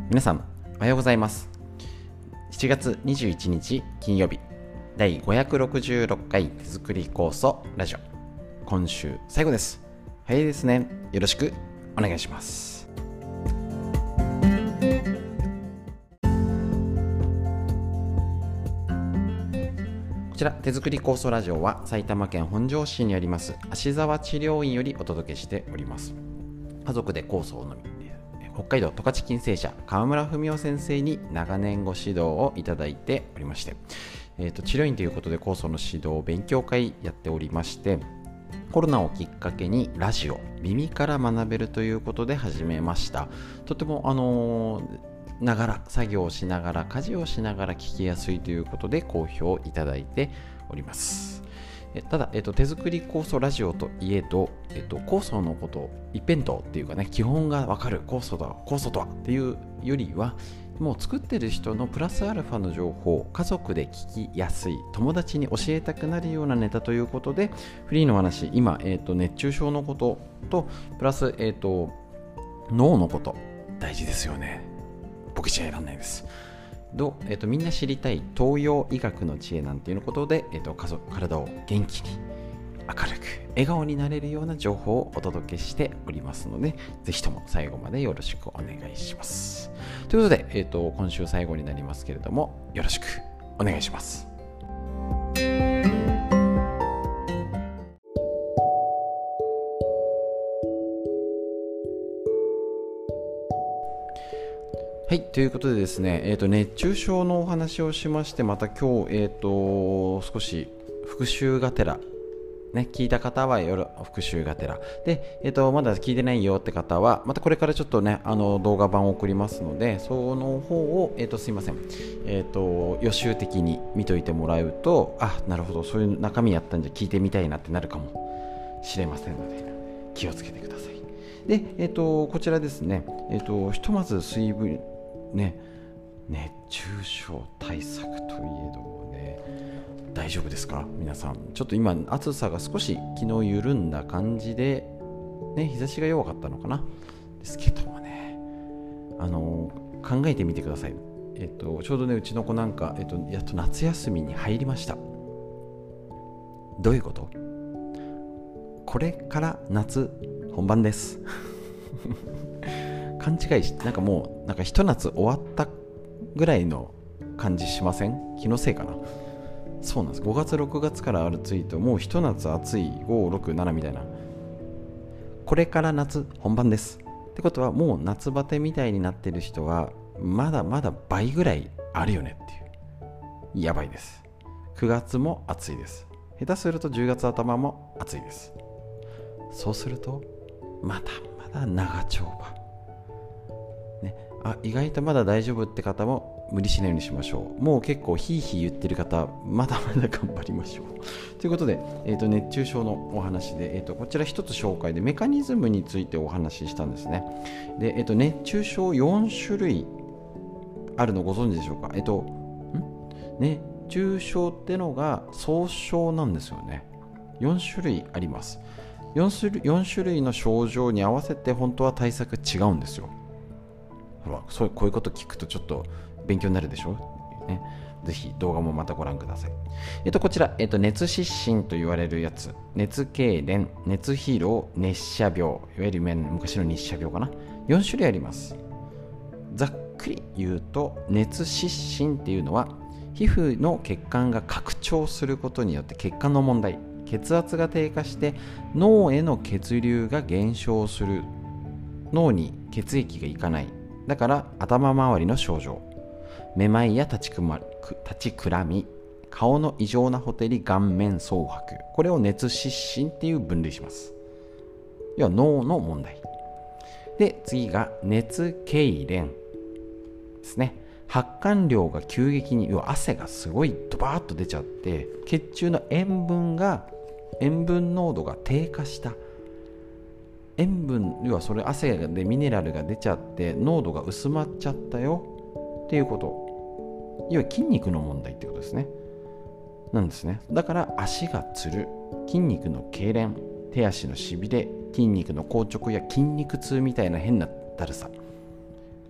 皆さんおはようございます。7月21日金曜日、第566回手作り酵素ラジオ、今週最後です。早いですね。よろしくお願いします。こちら手作り酵素ラジオは埼玉県本庄市にあります芦沢治療院よりお届けしております。家族で酵素を飲み、北海道十勝金星社川村文夫先生に長年ご指導をいただいておりまして、治療院ということで酵素の指導勉強会やっておりまして、コロナをきっかけにラジオ耳から学べるということで始めました。とてもながら作業をしながら家事をしながら聞きやすいということで好評いただいております。ただ、手作り酵素ラジオといえど、酵素のこと一辺倒っていうかね、基本がわかる酵素とはっていうよりは、もう作ってる人のプラスアルファの情報、家族で聞きやすい、友達に教えたくなるようなネタということで、フリーの話、今、熱中症のこととプラス、脳のこと大事ですよね。僕じゃやらないです。みんな知りたい東洋医学の知恵なんていうことで、体を元気に明るく笑顔になれるような情報をお届けしておりますので、ぜひとも最後までよろしくお願いします。ということで、今週最後になりますけれども、よろしくお願いします。はい、ということでですね、熱中症のお話をしまして、また今日、少し復習がてら、ね、聞いた方は復習がてらで、まだ聞いてないよって方は、またこれからちょっとね、動画版を送りますので、その方を、すいません、予習的に見といてもらうと、なるほど、そういう中身やったんじゃ聞いてみたいなってなるかもしれませんので、気をつけてください。で、こちらですね、ひとまず水分ね、熱中症対策といえどもね、大丈夫ですか皆さん。ちょっと今暑さが少し昨日緩んだ感じで、ね、日差しが弱かったのかなですけどもね、考えてみてください。ちょうどね、うちの子なんか、やっと夏休みに入りました。どういうこと？これから夏本番です勘違いして、なんかもうひと夏終わったぐらいの感じしません？気のせいかな。そうなんです。5月6月からあるツイート、もうひと夏暑い5、6、7みたいな。これから夏本番ですってことは、もう夏バテみたいになってる人はまだまだ倍ぐらいあるよねっていう。やばいです。9月も暑いです。下手すると10月頭も暑いです。そうするとまだまだ長丁場ね、意外とまだ大丈夫って方も無理しないようにしましょう。もう結構ヒーヒー言ってる方、まだまだ頑張りましょうということで、熱中症のお話で、こちら一つ紹介でメカニズムについてお話ししたんですね。で、熱中症4種類あるのご存知でしょうか。熱中症ってのが総称なんですよね。4種類あります。4種類の症状に合わせて本当は対策違うんですよ。こういうこと聞くとちょっと勉強になるでしょ、ね、ぜひ動画もまたご覧ください。こちら、熱失神と言われるやつ、熱痙攣、熱疲労、熱射病、いわゆる昔の日射病かな、4種類あります。ざっくり言うと、熱失神っていうのは皮膚の血管が拡張することによって血管の問題、血圧が低下して脳への血流が減少する、脳に血液がいかない、だから頭周りの症状、めまいや立ちくらみ、顔の異常なほてり、顔面蒼白、これを熱失神っていう分類します。要は脳の問題で、次が熱痙攣ですね。発汗量が急激に、要は汗がすごいドバーッと出ちゃって、血中の塩分濃度が低下した。塩分、要はそれ汗でミネラルが出ちゃって濃度が薄まっちゃったよっていうこと。要は筋肉の問題ってことですね。なんですね。だから足がつる、筋肉の痙攣、手足のしびれ、筋肉の硬直や筋肉痛みたいな変なだるさ、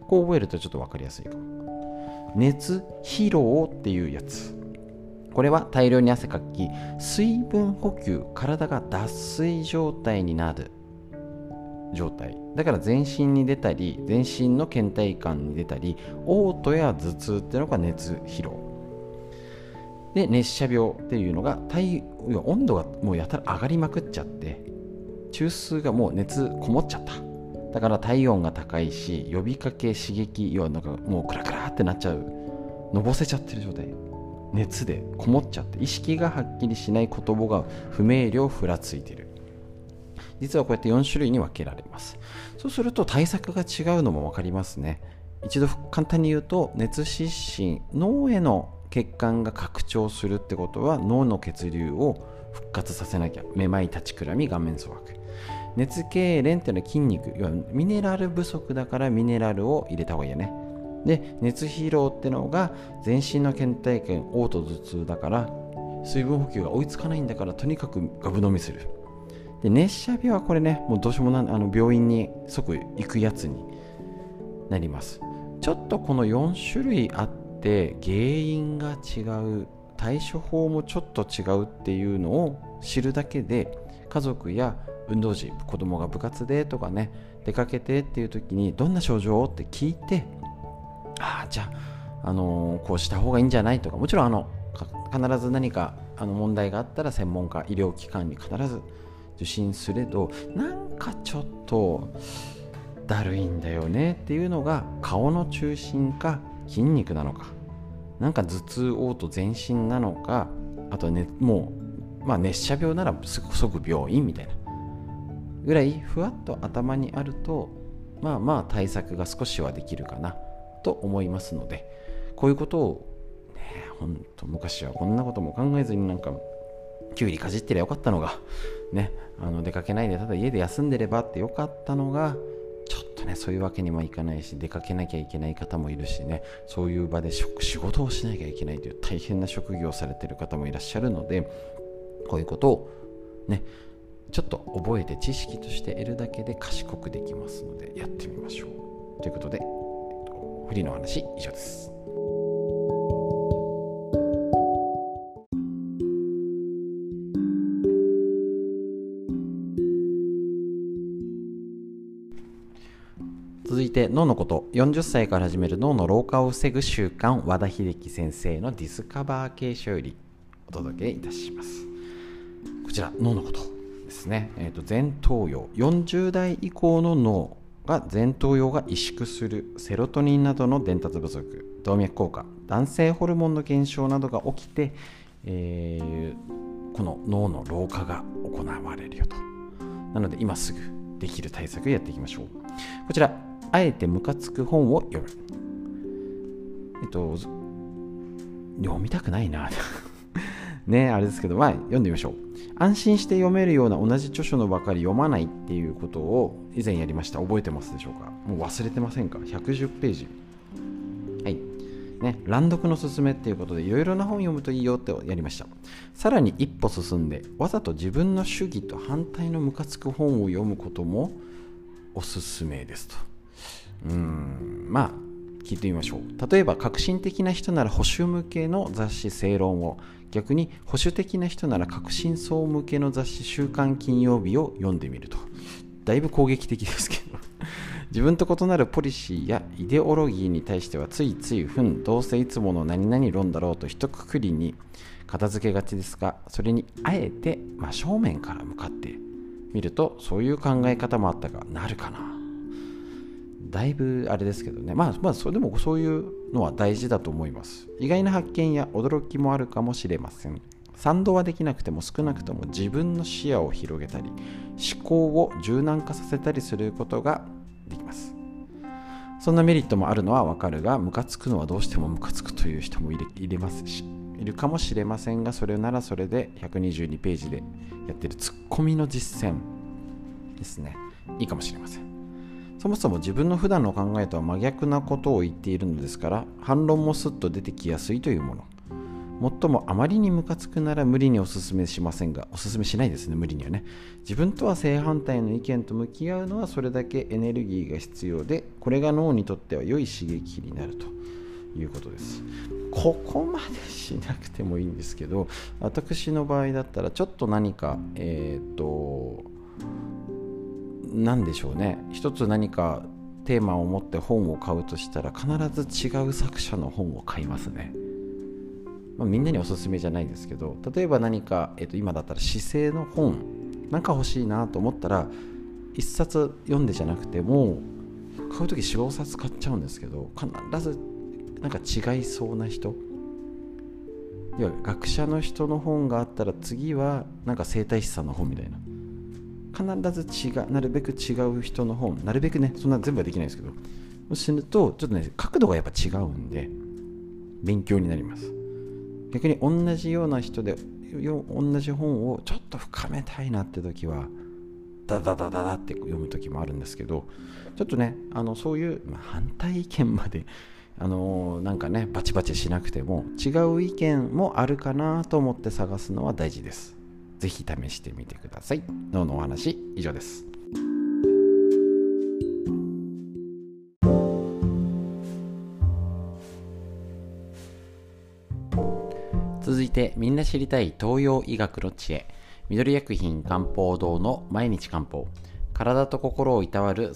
こう覚えるとちょっと分かりやすいかも。熱疲労っていうやつ、これは大量に汗かき水分補給、体が脱水状態になる状態だから、全身に出たり全身の倦怠感に出たり嘔吐や頭痛っていうのが熱疲労で、熱射病っていうのが温度がもうやたら上がりまくっちゃって中枢がもう熱こもっちゃった、だから体温が高いし呼びかけ刺激、要はなんかもうクラクラってなっちゃう、のぼせちゃってる状態、熱でこもっちゃって意識がはっきりしない、言葉が不明瞭ふらついている。実はこうやって4種類に分けられます。そうすると対策が違うのも分かりますね。一度簡単に言うと、熱失神、脳への血管が拡張するってことは脳の血流を復活させなきゃ、めまい、立ちくらみ、顔面蒼白。熱痙攣っていうのは筋肉、要はミネラル不足だからミネラルを入れた方がいいよね。で、熱疲労ってのが全身の倦怠感、嘔吐、頭痛だから水分補給が追いつかないんだから、とにかくガブ飲みする。で、熱射病はこれね、もうどうしようもない、病院に即行くやつになります。ちょっとこの4種類あって原因が違う、対処法もちょっと違うっていうのを知るだけで、家族や運動時、子供が部活でとかね、出かけてっていう時にどんな症状って聞いて、じゃあ、こうした方がいいんじゃないとか、もちろん必ず何か問題があったら専門家、医療機関に必ず受診すれど、なんかちょっとだるいんだよねっていうのが顔の中心か筋肉なのか、なんか頭痛、嘔吐、全身なのか、あとね、もう、熱射病なら即病院みたいなぐらいふわっと頭にあると、対策が少しはできるかなと思いますので、こういうことをね、ほんと昔はこんなことも考えずに、なんかキュウリかじってりゃよかったのがね、出かけないでただ家で休んでればってよかったのが、ちょっとね、そういうわけにもいかないし、出かけなきゃいけない方もいるしね、そういう場で仕事をしなきゃいけないという大変な職業をされている方もいらっしゃるので、こういうことをね、ちょっと覚えて知識として得るだけで賢くできますので、やってみましょうということで、フリーの話以上です。続いて、脳のこと、40歳から始める脳の老化を防ぐ習慣、和田秀樹先生のディスカバー形式よりお届けいたします。こちら、脳のことですね。前頭葉、40代以降の脳が前頭葉が萎縮する、セロトニンなどの伝達不足、動脈硬化、男性ホルモンの減少などが起きて、この脳の老化が行われるよと。なので今すぐできる対策をやっていきましょう。こちら、あえてムカつく本を読む。読みたくないなね、あれですけど、読んでみましょう。安心して読めるような同じ著書のばかり読まないっていうことを以前やりました。覚えてますでしょうか？もう忘れてませんか？110ページ。はい。ね、乱読のすすめっていうことで、いろいろな本読むといいよってやりました。さらに一歩進んで、わざと自分の主義と反対のムカつく本を読むこともおすすめですと。聞いてみましょう。例えば革新的な人なら保守向けの雑誌正論を、逆に保守的な人なら革新層向けの雑誌週刊金曜日を読んでみると。だいぶ攻撃的ですけど自分と異なるポリシーやイデオロギーに対してはついついどうせいつもの何々論だろうと一括りに片付けがちですが、それにあえて真正面から向かってみると、そういう考え方もあったがなるかな。だいぶあれですけどね、それでもそういうのは大事だと思います。意外な発見や驚きもあるかもしれません。賛同はできなくても少なくとも自分の視野を広げたり、思考を柔軟化させたりすることができます。そんなメリットもあるのはわかるが、ムカつくのはどうしてもムカつくという人もいるかもしれませんが、それならそれで122ページでやってるツッコミの実践ですね、いいかもしれません。そもそも自分の普段の考えとは真逆なことを言っているのですから、反論もスッと出てきやすいというもの。 もっともあまりにムカつくなら無理におすすめしませんが、おすすめしないですね、無理にはね。自分とは正反対の意見と向き合うのはそれだけエネルギーが必要で、これが脳にとっては良い刺激になるということです。ここまでしなくてもいいんですけど、私の場合だったらちょっと何か何でしょうね、一つ何かテーマを持って本を買うとしたら必ず違う作者の本を買いますね。みんなにおすすめじゃないですけど、例えば何か、今だったら姿勢の本なんか欲しいなと思ったら一冊読んでじゃなくても買うとき 4,5 冊買っちゃうんですけど、必ずなんか違いそうな人、いや学者の人の本があったら次はなんか整体師さんの本みたいな、必ずなるべく違う人の本、なるべくね、そんな全部はできないですけど、そうするとちょっとね角度がやっぱ違うんで勉強になります。逆に同じような人で同じ本をちょっと深めたいなって時はダダダダダって読む時もあるんですけど、ちょっとねそういう、反対意見までなんかねバチバチしなくても違う意見もあるかなと思って探すのは大事です。ぜひ試してみてください。脳のお話以上です。続いてみんな知りたい東洋医学の知恵、緑薬品漢方堂の毎日漢方、体と心をいたわる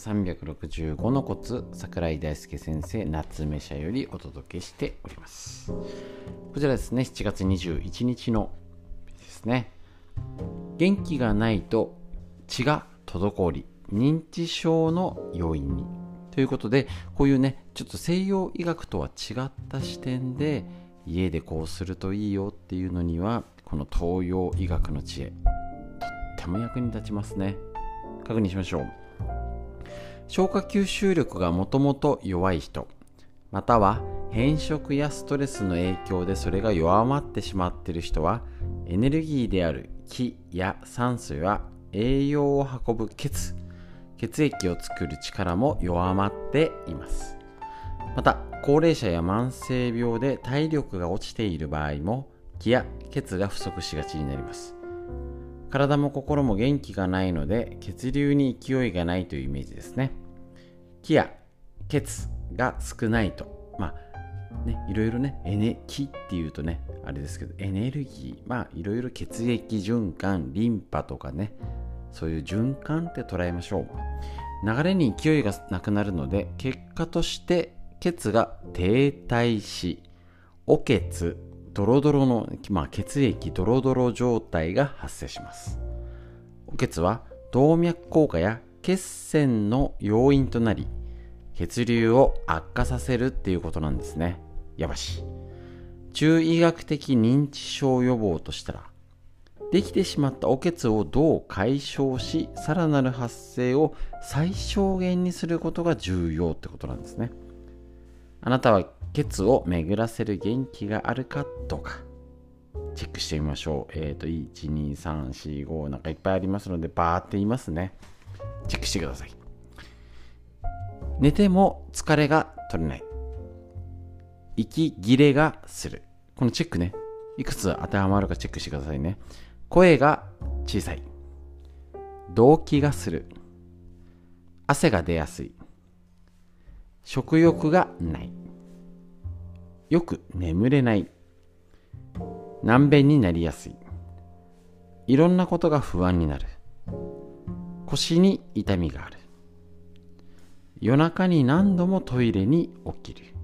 365のコツ、櫻井大輔先生夏目社よりお届けしております。こちらですね、7月21日のですね、元気がないと血が滞り認知症の要因にということで、こういうねちょっと西洋医学とは違った視点で家でこうするといいよっていうのには、この東洋医学の知恵とっても役に立ちますね。確認しましょう。消化吸収力がもともと弱い人、または変色やストレスの影響でそれが弱まってしまっている人は、エネルギーである気や酸素や栄養を運ぶ血液を作る力も弱まっています。また高齢者や慢性病で体力が落ちている場合も気や血が不足しがちになります。体も心も元気がないので血流に勢いがないというイメージですね。気や血が少ないと、いろいろね、気っていうとねあれですけど、エネルギー、いろいろ血液循環、リンパとかね、そういう循環って捉えましょう。流れに勢いがなくなるので、結果として血が停滞し、お血ドロドロの、血液ドロドロ状態が発生します。お血は動脈硬化や血栓の要因となり、血流を悪化させるっていうことなんですね。やばし。中医学的認知症予防としたら、できてしまったお血をどう解消し、さらなる発生を最小限にすることが重要ってことなんですね。あなたは血を巡らせる元気があるかどうかチェックしてみましょう。1、2、3、4、5なんかいっぱいありますので、バーって言いますね。チェックしてください。寝ても疲れが取れない。息切れがする。このチェックね、いくつ当てはまるかチェックしてくださいね。声が小さい。動悸がする。汗が出やすい。食欲がない。よく眠れない。難便になりやすい。いろんなことが不安になる。腰に痛みがある。夜中に何度もトイレに起きる。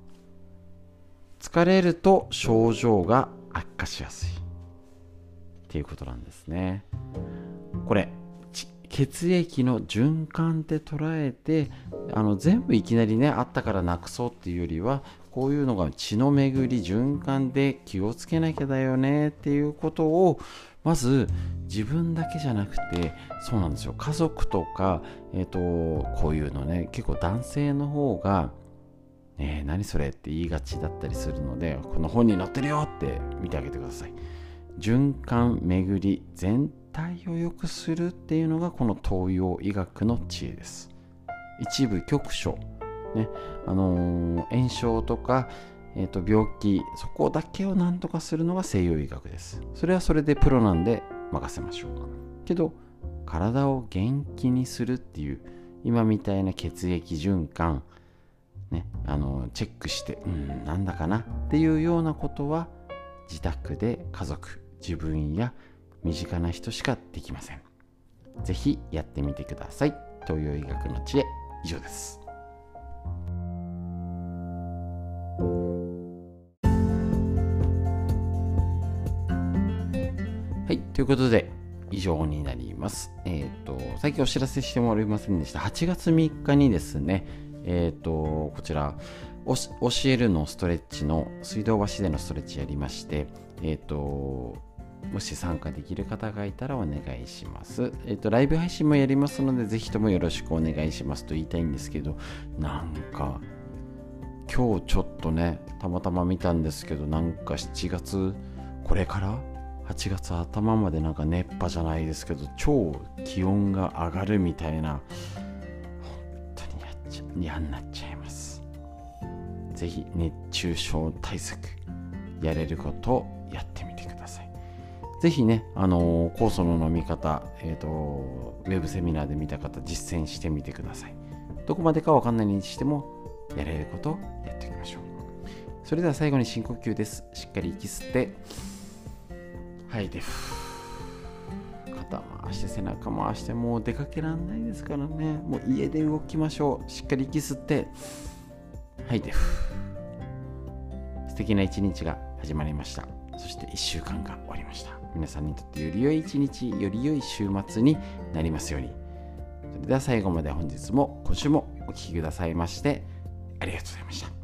疲れると症状が悪化しやすいっていうことなんですね。これ血液の循環って捉えて、全部いきなりねあったからなくそうっていうよりは、こういうのが血の巡り循環で気をつけなきゃだよねっていうことを、まず自分だけじゃなくて、そうなんですよ、家族とか、こういうのね、結構男性の方が何それって言いがちだったりするので、この本に載ってるよって見てあげてください。循環巡り全体を良くするっていうのがこの東洋医学の知恵です。一部局所ね、炎症とか、 病気、そこだけを何とかするのが西洋医学です。それはそれでプロなんで任せましょう。けど体を元気にするっていう、今みたいな血液循環ね、チェックしてなんだかなっていうようなことは自宅で家族、自分や身近な人しかできません。ぜひやってみてください。東洋医学の知恵、以上です。はい、ということで以上になります。最近お知らせしてもらいませんでした。8月3日にですね、こちら教えるのストレッチの水道橋でのストレッチやりまして、もし参加できる方がいたらお願いします。ライブ配信もやりますので、ぜひともよろしくお願いしますと言いたいんですけど、なんか今日ちょっとね、たまたま見たんですけど、なんか7月これから8月頭までなんか熱波じゃないですけど、超気温が上がるみたいな、本当に嫌になっちゃいます。ぜひ熱中症対策やれることをやってみてください。ぜひね、酵素の飲み方、ウェブセミナーで見た方、実践してみてください。どこまでかわかんないにしてもやれることをやっていきましょう。それでは最後に深呼吸です。しっかり息吸って吐いて、肩回して背中回して、もう出かけらんないですからね、もう家で動きましょう。しっかり息吸って吐いて、素敵な一日が始まりました。そして1週間が終わりました。皆さんにとってより良い一日、より良い週末になりますように。それでは最後まで本日も今週もお聞きくださいましてありがとうございました。